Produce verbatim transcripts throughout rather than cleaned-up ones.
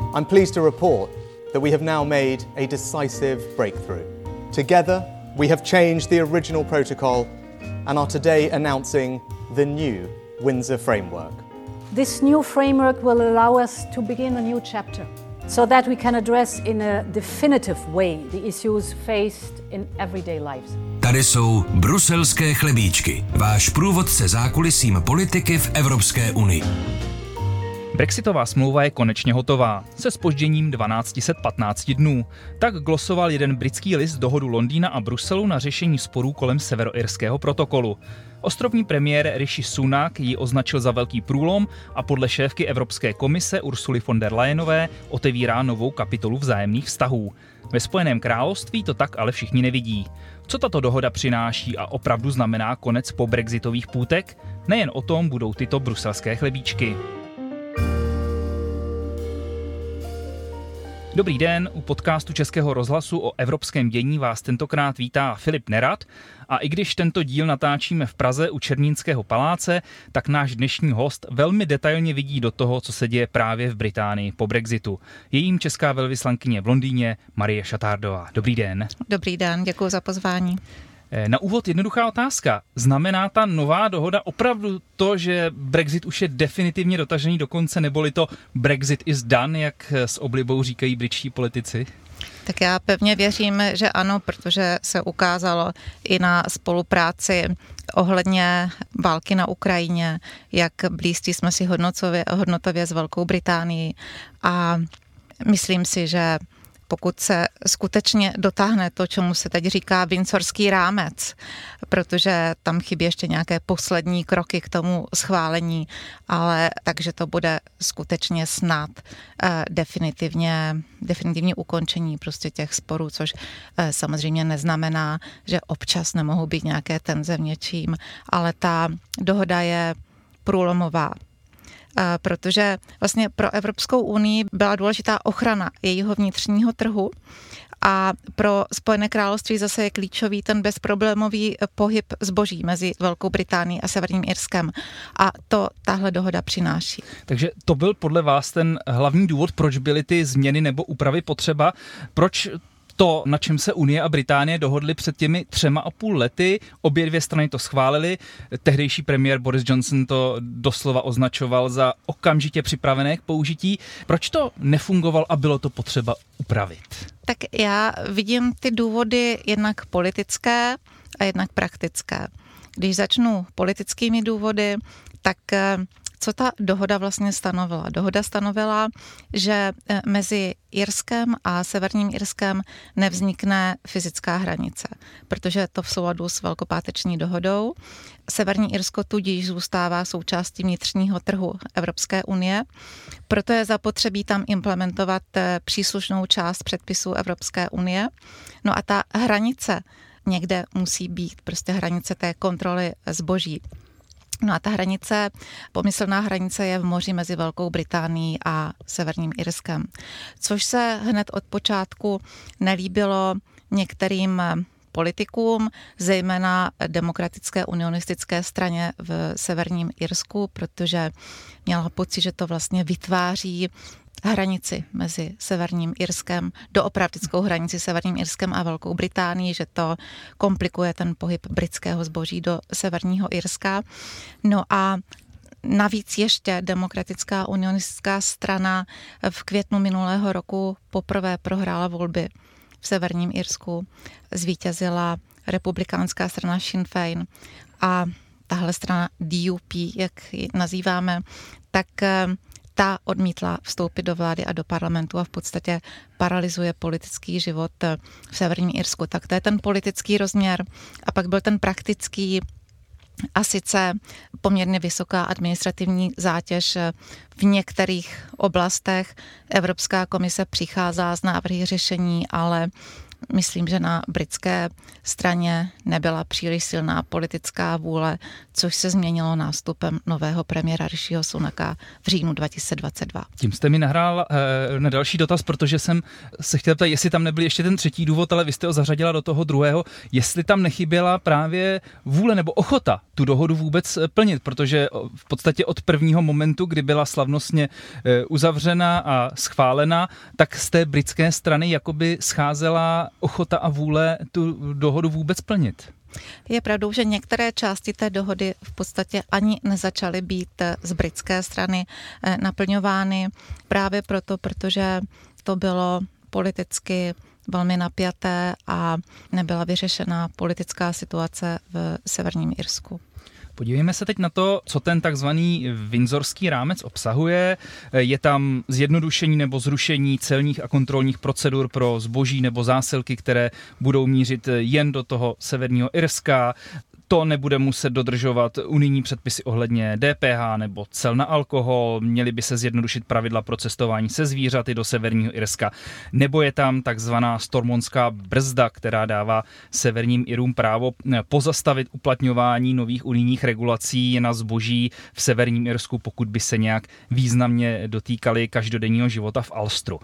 I'm pleased to report that we have now made a decisive breakthrough. Together, we have changed the original protocol and are today announcing the new Windsor Framework. This new framework will allow us to begin a new chapter so that we can address in a definitive way the issues faced in everyday lives. Tady jsou bruselské chlebíčky, váš průvodce zákulisím politiky v Evropské unii. Brexitová smlouva je konečně hotová, se zpožděním dvanáct set patnáct dnů. Tak glosoval jeden britský list dohodu Londýna a Bruselu na řešení sporů kolem severoirského protokolu. Ostrovní premiér Rishi Sunak ji označil za velký průlom a podle šéfky Evropské komise Ursuly von der Leyenové otevírá novou kapitolu vzájemných vztahů. Ve Spojeném království to tak ale všichni nevidí. Co tato dohoda přináší a opravdu znamená konec po brexitových půtek? Nejen o tom budou tyto bruselské chlebíčky. Dobrý den, u podcastu Českého rozhlasu o evropském dění vás tentokrát vítá Filip Nerad a i když tento díl natáčíme v Praze u Černínského paláce, tak náš dnešní host velmi detailně vidí do toho, co se děje právě v Británii po brexitu. Je jím česká velvyslankyně v Londýně Marie Šatardová. Dobrý den. Dobrý den, děkuji za pozvání. Na úvod jednoduchá otázka. Znamená ta nová dohoda opravdu to, že Brexit už je definitivně dotažený do konce, neboli to Brexit is done, jak s oblibou říkají britští politici? Tak já pevně věřím, že ano, protože se ukázalo i na spolupráci ohledně války na Ukrajině, jak blízcí jsme si hodnotově, hodnotově s Velkou Británií a myslím si, že pokud se skutečně dotáhne to, čemu se teď říká Windsorský rámec, protože tam chybí ještě nějaké poslední kroky k tomu schválení, ale takže to bude skutečně snad eh, definitivně, definitivní ukončení prostě těch sporů, což eh, samozřejmě neznamená, že občas nemohou být nějaké tenze v něčím, ale ta dohoda je průlomová. Protože vlastně pro Evropskou unii byla důležitá ochrana jejího vnitřního trhu a pro Spojené království zase je klíčový ten bezproblémový pohyb zboží mezi Velkou Británií a Severním Irskem a to tahle dohoda přináší. Takže to byl podle vás ten hlavní důvod, proč byly ty změny nebo úpravy potřeba, proč to, na čem se Unie a Británie dohodly před těmi třema a půl lety, obě dvě strany to schválily. Tehdejší premiér Boris Johnson to doslova označoval za okamžitě připravené k použití. Proč to nefungovalo a bylo to potřeba upravit? Tak já vidím ty důvody jednak politické a jednak praktické. Když začnu politickými důvody, tak co ta dohoda vlastně stanovila? Dohoda stanovila, že mezi Irskem a Severním Irskem nevznikne fyzická hranice, protože to v souladu s Velkopáteční dohodou. Severní Irsko tudíž zůstává součástí vnitřního trhu Evropské unie, proto je zapotřebí tam implementovat příslušnou část předpisů Evropské unie. No a ta hranice někde musí být, prostě hranice té kontroly zboží. No a ta hranice, pomyslná hranice je v moři mezi Velkou Británií a Severním Irskem, což se hned od počátku nelíbilo některým politikům, zejména demokratické unionistické straně v Severním Irsku, protože měla pocit, že to vlastně vytváří hranici mezi Severním Irskem, doopravdickou hranici Severním Irskem a Velkou Británií, že to komplikuje ten pohyb britského zboží do Severního Irska. No a navíc ještě demokratická unionistická strana v květnu minulého roku poprvé prohrála volby v Severním Irsku. Zvítězila republikánská strana Sinn Féin a tahle strana D U P, jak ji nazýváme, tak ta odmítla vstoupit do vlády a do parlamentu a v podstatě paralyzuje politický život v Severním Irsku. Tak to je ten politický rozměr. A pak byl ten praktický a sice poměrně vysoká administrativní zátěž v některých oblastech. Evropská komise přichází s návrhy řešení, ale myslím, že na britské straně nebyla příliš silná politická vůle, což se změnilo nástupem nového premiéra Rishiho Sunaka v říjnu dva tisíce dvacet dva. Tím jste mi nahrál eh, na další dotaz, protože jsem se chtěl ptát, jestli tam nebyl ještě ten třetí důvod, ale vy jste ho zařadila do toho druhého, jestli tam nechyběla právě vůle nebo ochota tu dohodu vůbec plnit, protože v podstatě od prvního momentu, kdy byla slavnostně eh, uzavřena a schválena, tak z té britské strany jakoby scházela ochota a vůle tu dohodu vůbec plnit. Je pravdou, že některé části té dohody v podstatě ani nezačaly být z britské strany naplňovány právě proto, protože to bylo politicky velmi napjaté a nebyla vyřešena politická situace v Severním Irsku. Podívejme se teď na to, co ten takzvaný Windsorský rámec obsahuje. Je tam zjednodušení nebo zrušení celních a kontrolních procedur pro zboží nebo zásilky, které budou mířit jen do toho Severního Irska. To nebude muset dodržovat unijní předpisy ohledně D P H nebo cel na alkohol, měly by se zjednodušit pravidla pro cestování se zvířaty do Severního Irska. Nebo je tam takzvaná stormonská brzda, která dává Severním Irům právo pozastavit uplatňování nových unijních regulací na zboží v Severním Irsku, pokud by se nějak významně dotýkaly každodenního života v Ulsteru.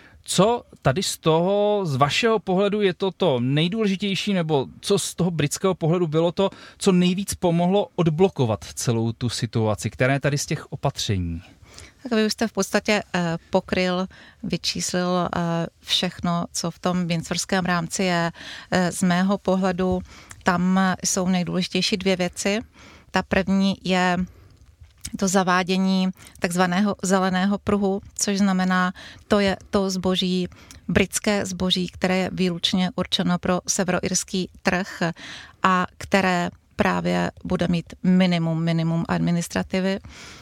Co tady z toho, z vašeho pohledu je to to nejdůležitější, nebo co z toho britského pohledu bylo to, co nejvíc pomohlo odblokovat celou tu situaci, které tady z těch opatření? Tak vy už jste v podstatě pokryl, vyčíslil všechno, co v tom Windsorském rámci je. Z mého pohledu tam jsou nejdůležitější dvě věci. Ta první je to zavádění takzvaného zeleného pruhu, což znamená, to je to zboží, britské zboží, které je výlučně určeno pro severoirský trh a které právě bude mít minimum, minimum administrativy.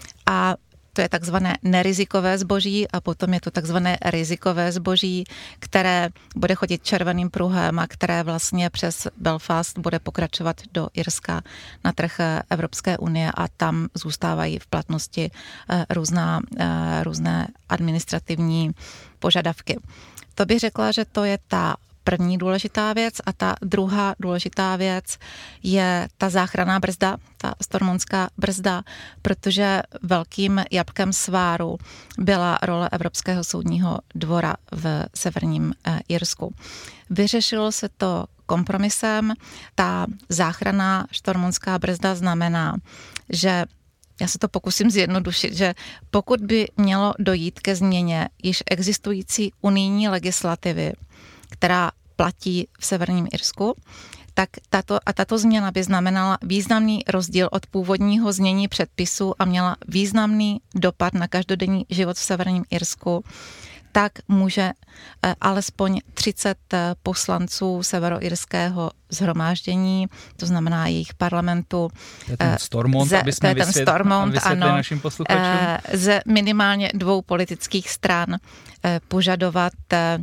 A to je takzvané nerizikové zboží a potom je to takzvané rizikové zboží, které bude chodit červeným pruhem a které vlastně přes Belfast bude pokračovat do Irska na trh Evropské unie a tam zůstávají v platnosti různá, různé administrativní požadavky. To bych řekla, že to je ta první důležitá věc a ta druhá důležitá věc je ta záchranná brzda, ta stormonská brzda, protože velkým jabkem sváru byla role Evropského soudního dvora v Severním Irsku. Vyřešilo se to kompromisem. Ta záchranná stormonská brzda znamená, že já se to pokusím zjednodušit, že pokud by mělo dojít ke změně již existující unijní legislativy, která platí v Severním Irsku, tak tato, a tato změna by znamenala významný rozdíl od původního znění předpisů a měla významný dopad na každodenní život v Severním Irsku, tak může alespoň třicet poslanců severoirského shromáždění, to znamená jejich parlamentu. To je ten Stormont, ze, aby jsme ten vysvět, Stormont, vysvětlili ano, našim posluchačům. Ze minimálně dvou politických stran požadovat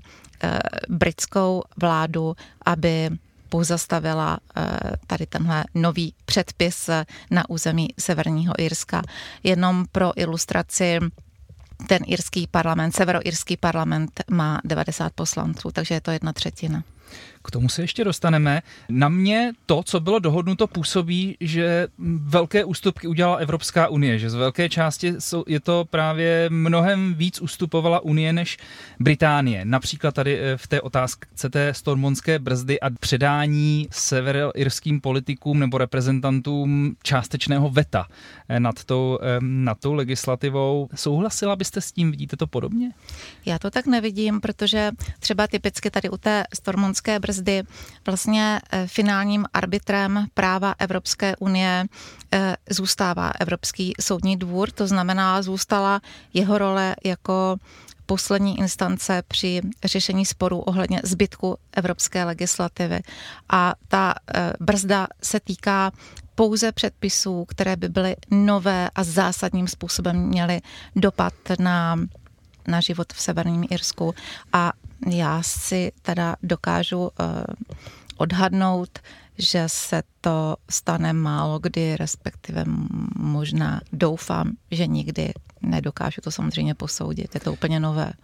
britskou vládu, aby pozastavila tady tenhle nový předpis na území Severního Irska. Jenom pro ilustraci, ten irský parlament, severoirský parlament má devadesát poslanců, takže je to jedna třetina. K tomu se ještě dostaneme. Na mě to, co bylo dohodnuto, působí, že velké ústupky udělala Evropská unie, že z velké části je to právě mnohem víc ustupovala Unie než Británie. Například tady v té otázce té stormonské brzdy a předání severoirským politikům nebo reprezentantům částečného veta nad tou, nad tou legislativou. Souhlasila byste s tím? Vidíte to podobně? Já to tak nevidím, protože třeba typicky tady u té stormonské brzdy vlastně finálním arbitrem práva Evropské unie zůstává Evropský soudní dvůr, to znamená, zůstala jeho role jako poslední instance při řešení sporů ohledně zbytku evropské legislativy. A ta brzda se týká pouze předpisů, které by byly nové a zásadním způsobem měly dopad na, na život v Severním Irsku. A já si teda dokážu uh, odhadnout, že se to stane málo kdy, respektive možná doufám, že nikdy nedokážu to samozřejmě posoudit. Je to úplně nové.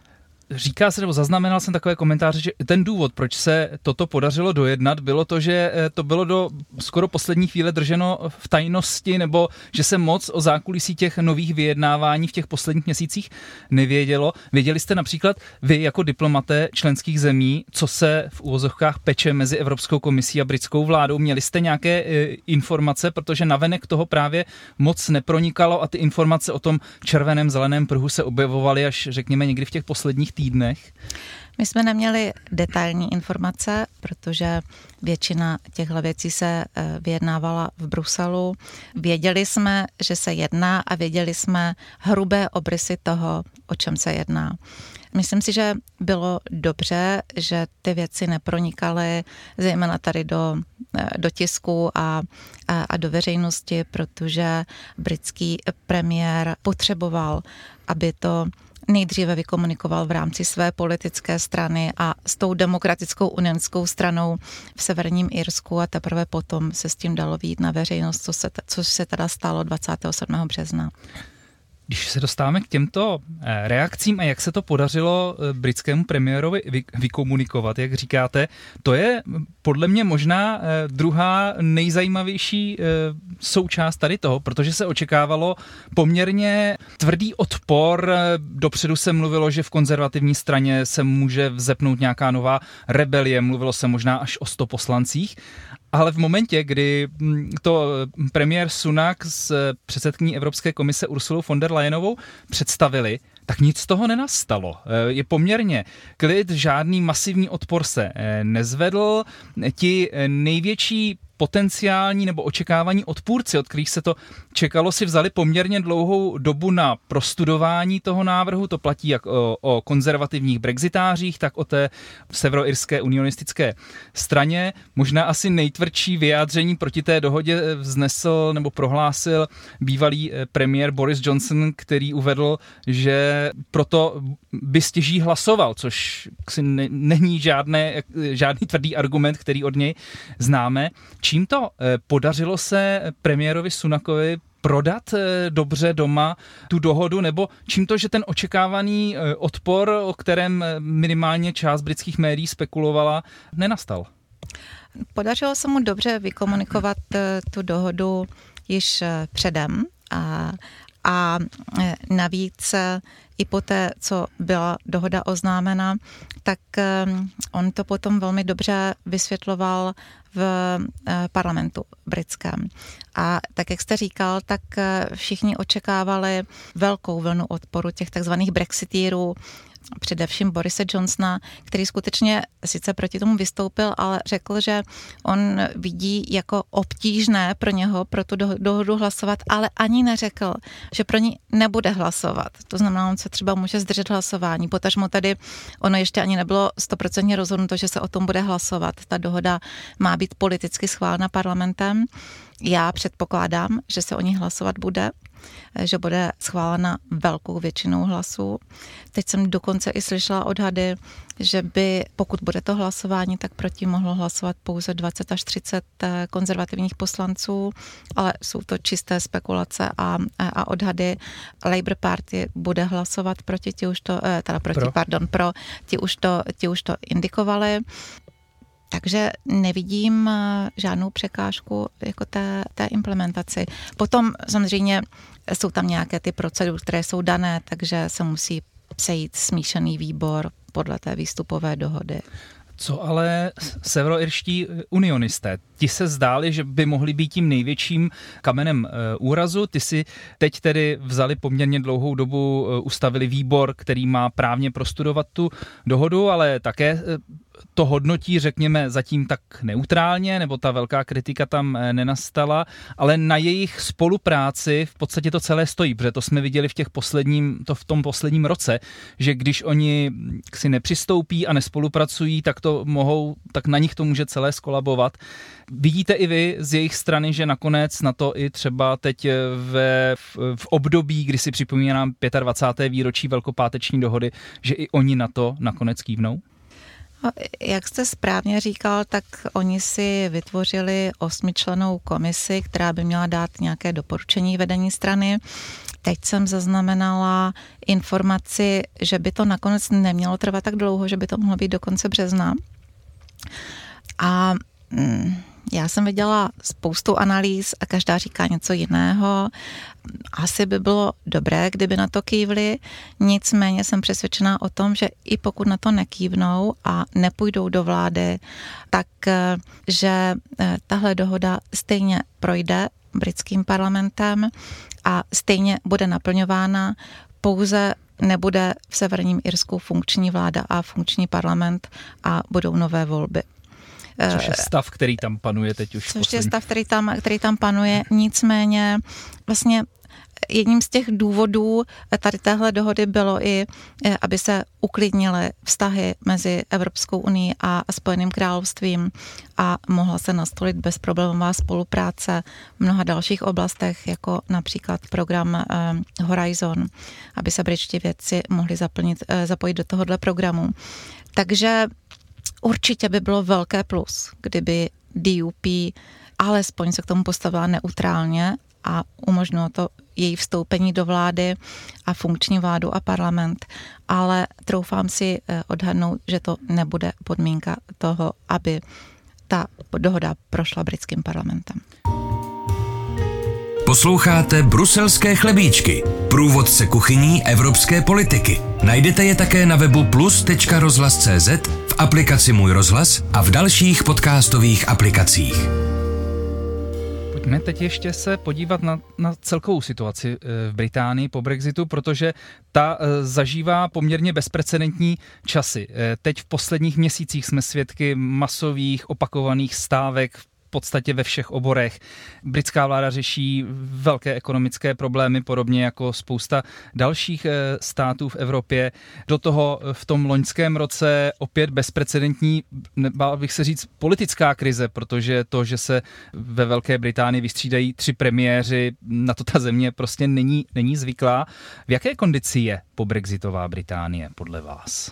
Říká se, nebo zaznamenal jsem takové komentáře, že ten důvod, proč se toto podařilo dojednat, bylo to, že to bylo do skoro poslední chvíle drženo v tajnosti, nebo že se moc o zákulisí těch nových vyjednávání v těch posledních měsících nevědělo. Věděli jste například vy jako diplomaté členských zemí, co se v uvozovkách peče mezi Evropskou komisí a britskou vládou? Měli jste nějaké e, informace, protože navenek toho právě moc nepronikalo a ty informace o tom červeném zeleném pruhu se objevovaly až řekněme někdy v těch posledních týdnech? My jsme neměli detailní informace, protože většina těchto věcí se vyjednávala v Bruselu. Věděli jsme, že se jedná a věděli jsme hrubé obrysy toho, o čem se jedná. Myslím si, že bylo dobře, že ty věci nepronikaly zejména tady do, do tisku a, a, a do veřejnosti, protože britský premiér potřeboval, aby to nejdříve vykomunikoval v rámci své politické strany a s tou demokratickou unionskou stranou v Severním Irsku a teprve potom se s tím dalo vyjít na veřejnost, co se, což se teda stalo dvacátého sedmého března. Když se dostáváme k těmto reakcím a jak se to podařilo britskému premiérovi vykomunikovat, jak říkáte, to je podle mě možná druhá nejzajímavější součást tady toho, protože se očekávalo poměrně tvrdý odpor. Dopředu se mluvilo, že v konzervativní straně se může vzepnout nějaká nová rebelie, mluvilo se možná až o sto poslancích. Ale v momentě, kdy to premiér Sunak s předsedkyní Evropské komise Ursulou von der Leyenovou představili, tak nic z toho nenastalo. Je poměrně klid, žádný masivní odpor se nezvedl. Ti největší potenciální nebo očekávání odpůrci, od kterých se to čekalo, si vzali poměrně dlouhou dobu na prostudování toho návrhu. To platí jak o, o konzervativních brexitářích, tak o té severoirské unionistické straně. Možná asi nejtvrdší vyjádření proti té dohodě vznesl nebo prohlásil bývalý premiér Boris Johnson, který uvedl, že proto by stěží hlasoval, což ne, není žádné, žádný tvrdý argument, který od něj známe. Čím to podařilo se premiérovi Sunakovi prodat dobře doma tu dohodu, nebo čím to, že ten očekávaný odpor, o kterém minimálně část britských médií spekulovala, nenastal? Podařilo se mu dobře vykomunikovat tu dohodu již předem a, a navíc i poté, co byla dohoda oznámena, tak on to potom velmi dobře vysvětloval v parlamentu britském. A tak, jak jste říkal, tak všichni očekávali velkou vlnu odporu těch takzvaných brexitírů, především Borise Johnsona, který skutečně sice proti tomu vystoupil, ale řekl, že on vidí jako obtížné pro něho pro tu dohodu hlasovat, ale ani neřekl, že pro ní nebude hlasovat. To znamená, on se třeba může zdržet hlasování. Potažmo tady ono ještě ani nebylo stoprocentně rozhodnuto, že se o tom bude hlasovat. Ta dohoda má být politicky schválena parlamentem. Já předpokládám, že se o ní hlasovat bude, že bude schválena velkou většinou hlasů. Teď jsem dokonce i slyšela odhady, že by, pokud bude to hlasování, tak proti mohlo hlasovat pouze dvacet až třicet konzervativních poslanců, ale jsou to čisté spekulace a, a odhady. Labour Party bude hlasovat proti, ti už to, teda proti, pro. pardon, pro, ti už to, ti už to indikovali. Takže nevidím žádnou překážku jako té, té implementaci. Potom samozřejmě jsou tam nějaké ty procedury, které jsou dané, takže se musí sejít smíšený výbor podle té výstupové dohody. Co ale severoirští unionisté? Ti se zdáli, že by mohli být tím největším kamenem úrazu. Ty si teď tedy vzali poměrně dlouhou dobu, ustavili výbor, který má právně prostudovat tu dohodu, ale také to hodnotí, řekněme, zatím tak neutrálně, nebo ta velká kritika tam nenastala, ale na jejich spolupráci v podstatě to celé stojí, protože to jsme viděli v těch posledním, to v tom posledním roce, že když oni si nepřistoupí a nespolupracují, tak to mohou, tak na nich to může celé skolabovat. Vidíte i vy z jejich strany, že nakonec na to i třeba teď ve, v období, kdy si připomínám dvacáté páté výročí velkopáteční dohody, že i oni na to nakonec kývnou? Jak jste správně říkal, tak oni si vytvořili osmičlennou komisi, která by měla dát nějaké doporučení vedení strany. teď jsem zaznamenala informaci, že by to nakonec nemělo trvat tak dlouho, že by to mohlo být do konce března. A mm, já jsem viděla spoustu analýz a každá říká něco jiného. Asi by bylo dobré, kdyby na to kývli, nicméně jsem přesvědčená o tom, že i pokud na to nekývnou a nepůjdou do vlády, tak že tahle dohoda stejně projde britským parlamentem a stejně bude naplňována, pouze nebude v Severním Irsku funkční vláda a funkční parlament a budou nové volby. Což je stav, který tam panuje teď už. Což poslední. je stav, který tam, který tam panuje. Nicméně vlastně jedním z těch důvodů tady téhle dohody bylo i, aby se uklidnily vztahy mezi Evropskou unii a Spojeným královstvím a mohla se nastolit bezproblémová spolupráce v mnoha dalších oblastech, jako například program Horizon, aby se britští vědci mohli zaplnit, zapojit do tohohle programu. Takže určitě by bylo velké plus, kdyby D U P alespoň se k tomu postavila neutrálně a umožnilo to její vstoupení do vlády a funkční vládu a parlament, ale troufám si odhadnout, že to nebude podmínka toho, aby ta dohoda prošla britským parlamentem. Posloucháte Bruselské chlebíčky, průvodce kuchyní evropské politiky. Najdete je také na webu plus tečka rozhlas tečka cé zet, v aplikaci Můj rozhlas a v dalších podcastových aplikacích. Pojďme teď ještě se podívat na, na celkovou situaci v Británii po Brexitu, protože ta zažívá poměrně bezprecedentní časy. Teď v posledních měsících jsme svědky masových opakovaných stávek v podstatě ve všech oborech. Britská vláda řeší velké ekonomické problémy, podobně jako spousta dalších států v Evropě. Do toho v tom loňském roce opět bezprecedentní, bál bych se říct, politická krize, protože to, že se ve Velké Británii vystřídají tři premiéři, na to ta země prostě není, není zvyklá. V jaké kondici je pobrexitová Británie podle vás?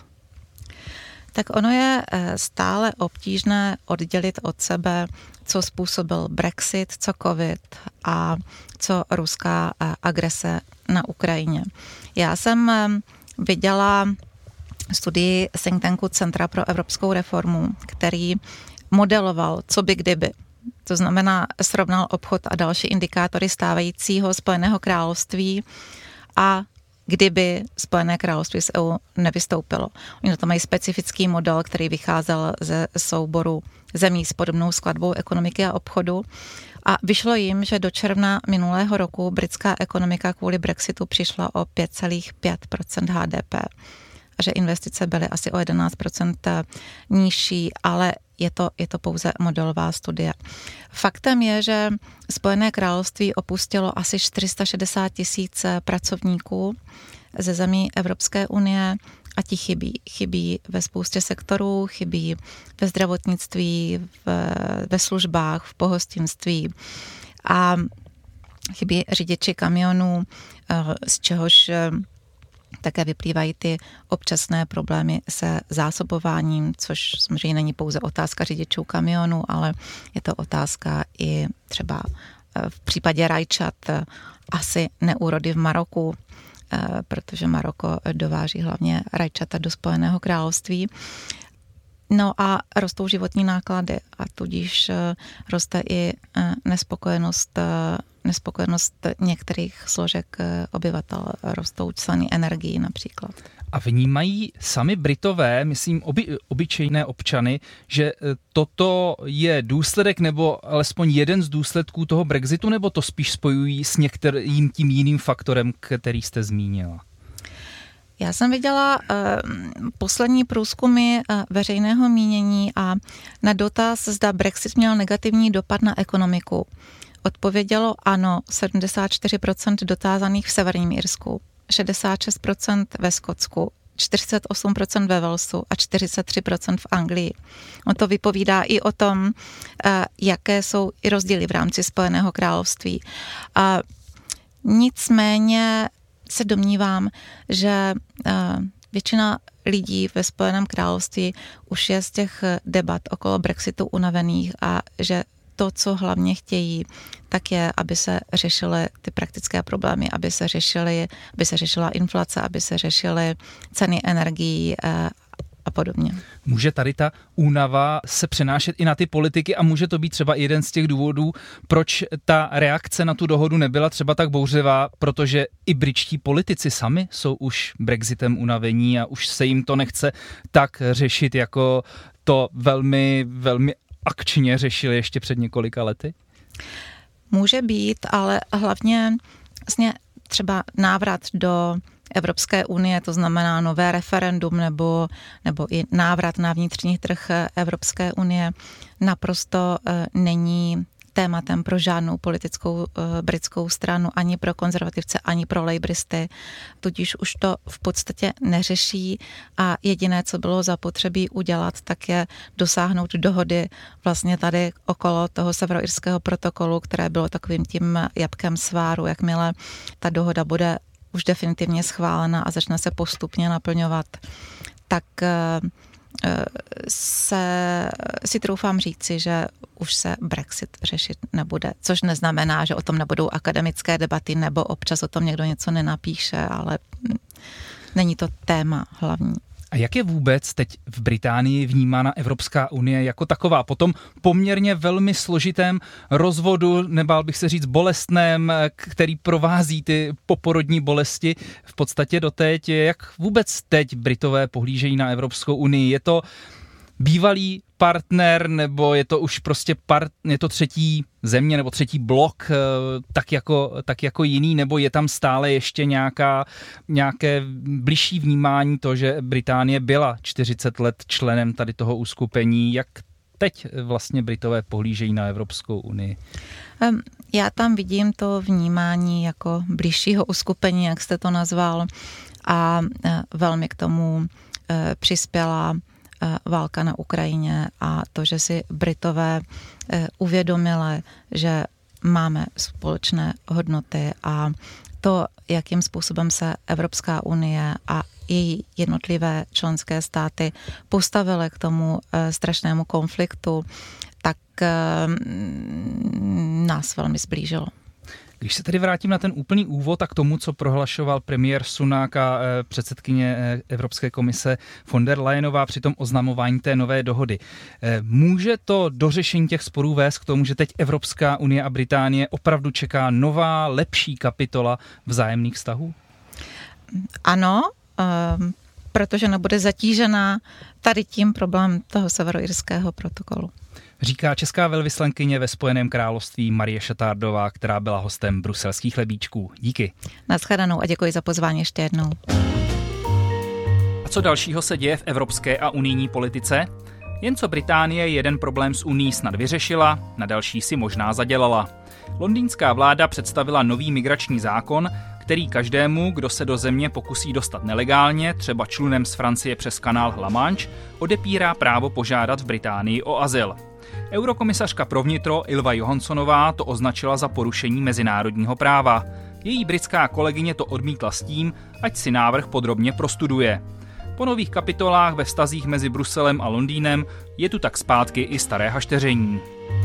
Tak ono je stále obtížné oddělit od sebe, co způsobil Brexit, co covid a co ruská agrese na Ukrajině. Já jsem viděla studii think tanku Centra pro evropskou reformu, který modeloval, co by kdyby. To znamená, srovnal obchod a další indikátory stávajícího Spojeného království a kdyby Spojené království z E U nevystoupilo. Oni na to mají specifický model, který vycházel ze souboru zemí s podobnou skladbou ekonomiky a obchodu. A vyšlo jim, že do června minulého roku britská ekonomika kvůli Brexitu přišla o pět celá pět procenta H D P. A že investice byly asi o jedenáct procent nižší, ale je to, je to pouze modelová studie. Faktem je, že Spojené království opustilo asi čtyři sta šedesát tisíc pracovníků ze zemí Evropské unie a ti chybí. Chybí ve spoustě sektorů, chybí ve zdravotnictví, v, ve službách, v pohostinství a chybí řidiči kamionů, z čehož také vyplývají ty občasné problémy se zásobováním, což samozřejmě není pouze otázka řidičů kamionů, ale je to otázka i třeba v případě rajčat asi neúrody v Maroku, protože Maroko dováží hlavně rajčata do Spojeného království. No a rostou životní náklady a tudíž roste i nespokojenost nespokojenost některých složek obyvatel, rostou ceny energií například. A vnímají sami Britové, myslím oby, obyčejné občany, že toto je důsledek nebo alespoň jeden z důsledků toho Brexitu, nebo to spíš spojují s některým tím jiným faktorem, který jste zmínila? Já jsem viděla uh, poslední průzkumy uh, veřejného mínění a na dotaz, zda Brexit měl negativní dopad na ekonomiku, odpovědělo ano sedmdesát čtyři procent dotázaných v Severním Irsku, šedesát šest procent ve Skotsku, čtyřicet osm procent ve Walesu a čtyřicet tři procent v Anglii. On to vypovídá i o tom, jaké jsou i rozdíly v rámci Spojeného království. Nicméně se domnívám, že většina lidí ve Spojeném království už je z těch debat okolo Brexitu unavených a že to, co hlavně chtějí, tak je, aby se řešily ty praktické problémy, aby se řešily, aby se řešila inflace, aby se řešily ceny energií a podobně. Může tady ta únava se přenášet i na ty politiky a může to být třeba jeden z těch důvodů, proč ta reakce na tu dohodu nebyla třeba tak bouřlivá, protože i britští politici sami jsou už Brexitem unavení a už se jim to nechce tak řešit, jako to velmi, velmi akčně řešili ještě před několika lety? Může být, ale hlavně vlastně třeba návrat do Evropské unie, to znamená nové referendum nebo, nebo i návrat na vnitřní trh Evropské unie, naprosto není tématem pro žádnou politickou britskou stranu, ani pro konzervativce, ani pro lejbristy. Tudíž už to v podstatě neřeší a jediné, co bylo zapotřebí udělat, tak je dosáhnout dohody vlastně tady okolo toho severoirského protokolu, které bylo takovým tím jabkem sváru. Jakmile ta dohoda bude už definitivně schválena a začne se postupně naplňovat, tak se, si troufám říci, že už se Brexit řešit nebude, což neznamená, že o tom nebudou akademické debaty nebo občas o tom někdo něco nenapíše, ale není to téma hlavní. A jak je vůbec teď v Británii vnímána Evropská unie jako taková? Po tom poměrně velmi složitém rozvodu, nebál bych se říct bolestném, který provází ty poporodní bolesti v podstatě doteď, jak vůbec teď Britové pohlížejí na Evropskou unii? Je to bývalý partner, nebo je to už prostě part, je to třetí země nebo třetí blok, tak jako, tak jako jiný, nebo je tam stále ještě nějaká, nějaké bližší vnímání to, že Británie byla čtyřicet let členem tady toho uskupení. Jak teď vlastně Britové pohlížejí na Evropskou unii? Já tam vidím to vnímání jako bližšího uskupení, jak jste to nazval, a velmi k tomu přispěla válka na Ukrajině a to, že si Britové uvědomili, že máme společné hodnoty a to, jakým způsobem se Evropská unie a její jednotlivé členské státy postavily k tomu strašnému konfliktu, tak nás velmi zblížilo. Když se tedy vrátím na ten úplný úvod a k tomu, co prohlašoval premiér Sunak a předsedkyně Evropské komise von der Leyenová při tom oznamování té nové dohody. Může to dořešení těch sporů vést k tomu, že teď Evropská unie a Británie opravdu čeká nová, lepší kapitola vzájemných vztahů? Ano, protože nebude zatížená tady tím problém toho severoirského protokolu. Říká česká velvyslankyně ve Spojeném království Marie Šatardová, která byla hostem bruselských chlebíčků. Díky. Nashledanou a děkuji za pozvání ještě jednou. A co dalšího se děje v evropské a unijní politice? Jen co Británie jeden problém s Unií snad vyřešila, na další si možná zadělala. Londýnská vláda představila nový migrační zákon, který každému, kdo se do země pokusí dostat nelegálně, třeba člunem z Francie přes kanál La Manche, odepírá právo požádat v Británii o azyl. Eurokomisařka pro vnitro Ylva Johanssonová to označila za porušení mezinárodního práva. Její britská kolegyně to odmítla s tím, ať si návrh podrobně prostuduje. Po nových kapitolách ve vztazích mezi Bruselem a Londýnem je tu tak zpátky i staré hašteření.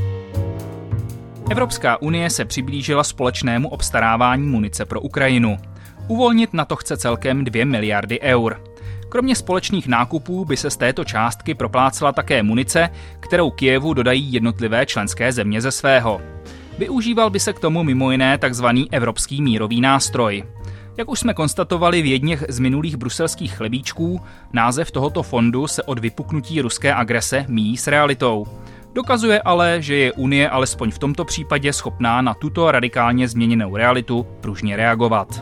Evropská unie se přiblížila společnému obstarávání munice pro Ukrajinu. Uvolnit na to chce celkem dvě miliardy eur. Kromě společných nákupů by se z této částky proplácela také munice, kterou Kyjevu dodají jednotlivé členské země ze svého. Využíval by se k tomu mimo jiné takzvaný Evropský mírový nástroj. Jak už jsme konstatovali v jedněch z minulých bruselských chlebíčků, název tohoto fondu se od vypuknutí ruské agrese míjí s realitou. Dokazuje ale, že je Unie alespoň v tomto případě schopná na tuto radikálně změněnou realitu pružně reagovat.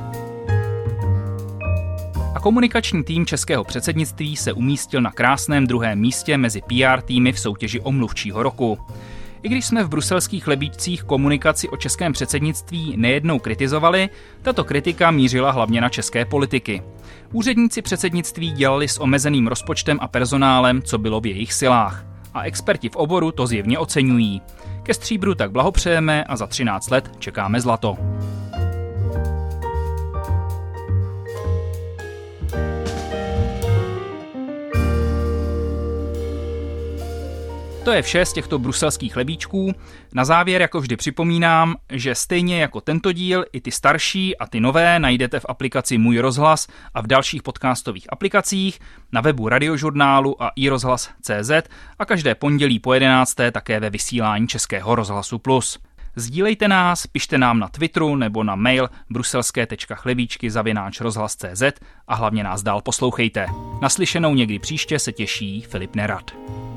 A komunikační tým českého předsednictví se umístil na krásném druhém místě mezi P R týmy v soutěži o mluvčího roku. I když jsme v bruselských chlebíčcích komunikaci o českém předsednictví nejednou kritizovali, tato kritika mířila hlavně na české politiky. Úředníci předsednictví dělali s omezeným rozpočtem a personálem, co bylo v jejich silách. A experti v oboru to zjevně oceňují. Ke stříbru tak blahopřejeme a za třináct let čekáme zlato. To je vše z těchto bruselských chlebíčků. Na závěr jako vždy připomínám, že stejně jako tento díl, i ty starší a ty nové najdete v aplikaci Můj rozhlas a v dalších podcastových aplikacích, na webu Radiožurnálu a i rozhlas tečka cé zet a každé pondělí po jedenácté také ve vysílání Českého rozhlasu Plus. Sdílejte nás, pište nám na Twitteru nebo na mail bruselské tečka chlebíčky zavináč rozhlas tečka cé zet a hlavně nás dál poslouchejte. Naslyšenou někdy příště se těší Filip Nerad.